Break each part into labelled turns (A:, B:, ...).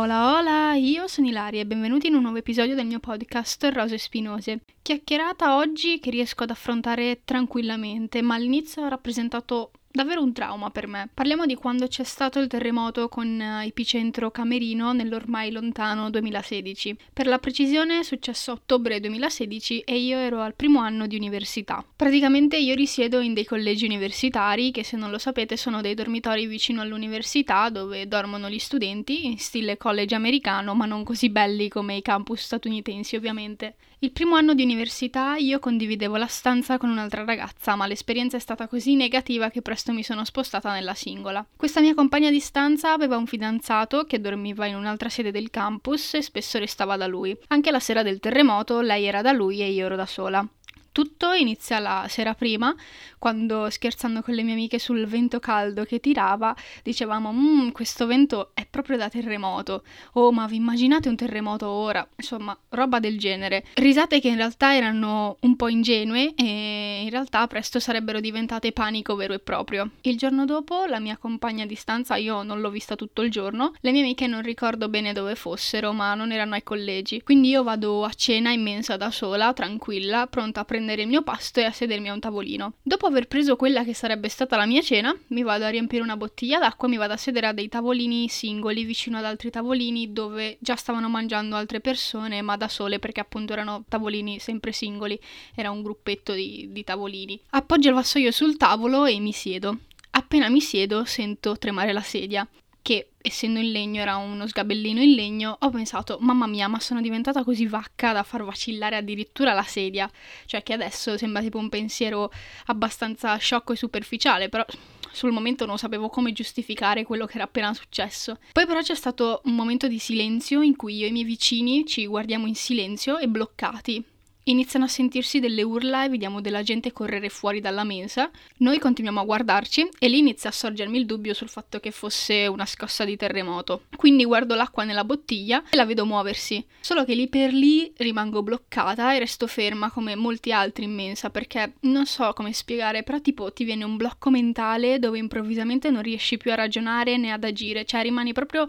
A: Hola hola, io sono Ilaria e benvenuti in un nuovo episodio del mio podcast Rose Spinose. Chiacchierata oggi che riesco ad affrontare tranquillamente, ma all'inizio ha rappresentato davvero un trauma per me. Parliamo di quando c'è stato il terremoto con epicentro Camerino nell'ormai lontano 2016. Per la precisione è successo a ottobre 2016 e io ero al primo anno di università. Praticamente io risiedo in dei collegi universitari che, se non lo sapete, sono dei dormitori vicino all'università dove dormono gli studenti in stile college americano, ma non così belli come i campus statunitensi ovviamente. Il primo anno di università io condividevo la stanza con un'altra ragazza, ma l'esperienza è stata così negativa che presto mi sono spostata nella singola. Questa mia compagna di stanza aveva un fidanzato che dormiva in un'altra sede del campus e spesso restava da lui. Anche la sera del terremoto lei era da lui e io ero da sola. Tutto inizia la sera prima, quando, scherzando con le mie amiche sul vento caldo che tirava, dicevamo questo vento è proprio da terremoto, oh ma vi immaginate un terremoto ora? Insomma, roba del genere. Risate che in realtà erano un po' ingenue e in realtà presto sarebbero diventate panico vero e proprio. Il giorno dopo la mia compagna di stanza, io non l'ho vista tutto il giorno, le mie amiche non ricordo bene dove fossero, ma non erano ai collegi, quindi io vado a cena in mensa da sola, tranquilla, pronta a prendere il mio pasto e a sedermi a un tavolino. Dopo aver preso quella che sarebbe stata la mia cena, mi vado a riempire una bottiglia d'acqua e mi vado a sedere a dei tavolini singoli vicino ad altri tavolini dove già stavano mangiando altre persone, ma da sole, perché appunto erano tavolini sempre singoli, era un gruppetto di tavolini. Appoggio il vassoio sul tavolo e mi siedo. Appena mi siedo sento tremare la sedia, che essendo in legno era uno sgabellino in legno. Ho pensato, mamma mia, ma sono diventata così vacca da far vacillare addirittura la sedia, cioè che adesso sembra tipo un pensiero abbastanza sciocco e superficiale, però sul momento non sapevo come giustificare quello che era appena successo. Poi però c'è stato un momento di silenzio in cui io e i miei vicini ci guardiamo in silenzio e bloccati. Iniziano a sentirsi delle urla e vediamo della gente correre fuori dalla mensa. Noi continuiamo a guardarci e lì inizia a sorgermi il dubbio sul fatto che fosse una scossa di terremoto. Quindi guardo l'acqua nella bottiglia e la vedo muoversi. Solo che lì per lì rimango bloccata e resto ferma come molti altri in mensa, perché non so come spiegare, però tipo ti viene un blocco mentale dove improvvisamente non riesci più a ragionare né ad agire. Cioè rimani proprio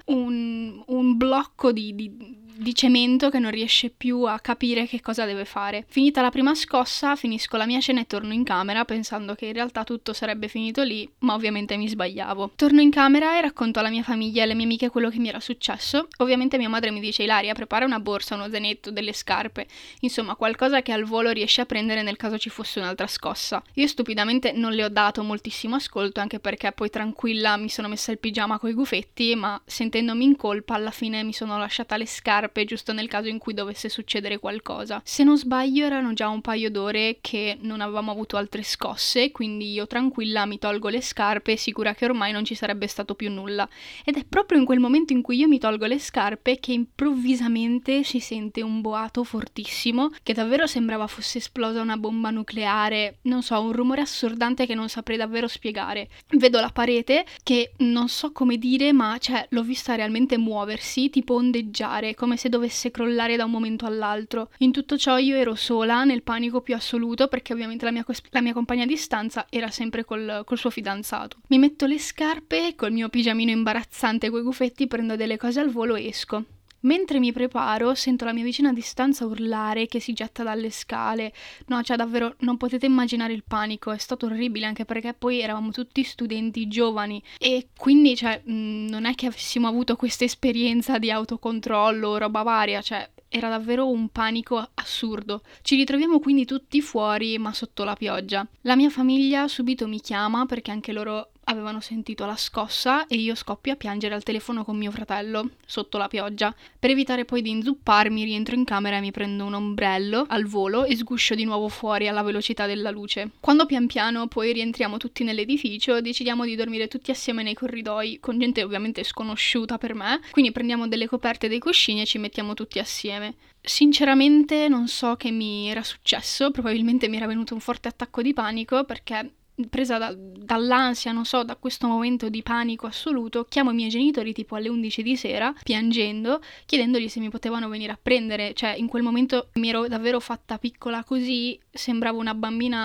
A: un blocco di cemento che non riesce più a capire che cosa deve fare. Finita la prima scossa, finisco la mia cena e torno in camera pensando che in realtà tutto sarebbe finito lì, ma ovviamente mi sbagliavo. Torno in camera e racconto alla mia famiglia e alle mie amiche quello che mi era successo. Ovviamente mia madre mi dice: Ilaria, prepara una borsa, uno zainetto, delle scarpe, insomma qualcosa che al volo riesci a prendere nel caso ci fosse un'altra scossa. Io stupidamente non le ho dato moltissimo ascolto, anche perché poi tranquilla mi sono messa il pigiama coi guffetti, ma sentendomi in colpa alla fine mi sono lasciata le scarpe giusto nel caso in cui dovesse succedere qualcosa. Se non sbaglio erano già un paio d'ore che non avevamo avuto altre scosse, quindi io tranquilla mi tolgo le scarpe, sicura che ormai non ci sarebbe stato più nulla. Ed è proprio in quel momento in cui io mi tolgo le scarpe che improvvisamente si sente un boato fortissimo, che davvero sembrava fosse esplosa una bomba nucleare, non so, un rumore assordante che non saprei davvero spiegare. Vedo la parete che non so come dire, ma cioè l'ho vista realmente muoversi, tipo ondeggiare, come se dovesse crollare da un momento all'altro. In tutto ciò io ero sola, nel panico più assoluto, perché ovviamente la mia compagna di stanza era sempre col suo fidanzato. Mi metto le scarpe, col mio pigiamino imbarazzante coi guffetti, prendo delle cose al volo e esco. Mentre mi preparo, sento la mia vicina di stanza urlare che si getta dalle scale. No, cioè davvero non potete immaginare il panico, è stato orribile, anche perché poi eravamo tutti studenti giovani e quindi, cioè, non è che avessimo avuto questa esperienza di autocontrollo o roba varia, cioè era davvero un panico assurdo. Ci ritroviamo quindi tutti fuori, ma sotto la pioggia. La mia famiglia subito mi chiama perché anche loro avevano sentito la scossa e io scoppio a piangere al telefono con mio fratello, sotto la pioggia. Per evitare poi di inzupparmi, rientro in camera e mi prendo un ombrello al volo e sguscio di nuovo fuori alla velocità della luce. Quando pian piano poi rientriamo tutti nell'edificio, decidiamo di dormire tutti assieme nei corridoi, con gente ovviamente sconosciuta per me, quindi prendiamo delle coperte e dei cuscini e ci mettiamo tutti assieme. Sinceramente non so che mi era successo, probabilmente mi era venuto un forte attacco di panico perché presa dall'ansia, non so, da questo momento di panico assoluto, chiamo i miei genitori tipo alle 11 di sera, piangendo, chiedendogli se mi potevano venire a prendere. Cioè, in quel momento mi ero davvero fatta piccola così, sembravo una bambina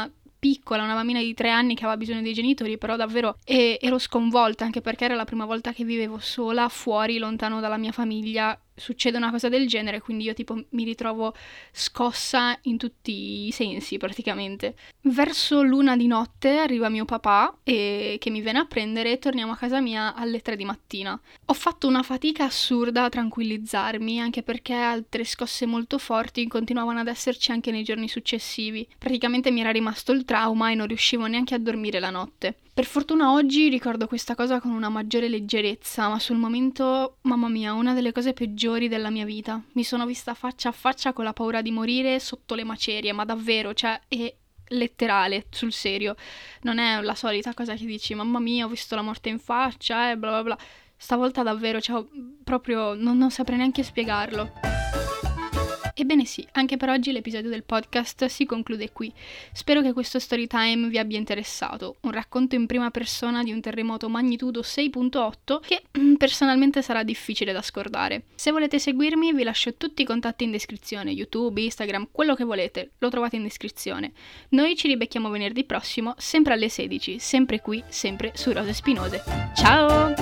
A: piccola, una bambina di 3 anni che aveva bisogno dei genitori, però davvero ero sconvolta, anche perché era la prima volta che vivevo sola, fuori, lontano dalla mia famiglia. Succede una cosa del genere, quindi io tipo mi ritrovo scossa in tutti i sensi praticamente. Verso l'1 di notte arriva mio papà che mi viene a prendere e torniamo a casa mia alle 3 di mattina. Ho fatto una fatica assurda a tranquillizzarmi, anche perché altre scosse molto forti continuavano ad esserci anche nei giorni successivi. Praticamente mi era rimasto il trauma e non riuscivo neanche a dormire la notte. Per fortuna oggi ricordo questa cosa con una maggiore leggerezza, ma sul momento, mamma mia, una delle cose peggiori della mia vita. Mi sono vista faccia a faccia con la paura di morire sotto le macerie, ma davvero, cioè, è letterale, sul serio. Non è la solita cosa che dici, mamma mia, ho visto la morte in faccia, bla bla bla. Stavolta davvero, cioè, proprio non saprei neanche spiegarlo. Ebbene sì, anche per oggi l'episodio del podcast si conclude qui. Spero che questo story time vi abbia interessato. Un racconto in prima persona di un terremoto magnitudo 6.8 che personalmente sarà difficile da scordare. Se volete seguirmi vi lascio tutti i contatti in descrizione, YouTube, Instagram, quello che volete, lo trovate in descrizione. Noi ci ribecchiamo venerdì prossimo, sempre alle 16, sempre qui, sempre su Rose Spinose. Ciao!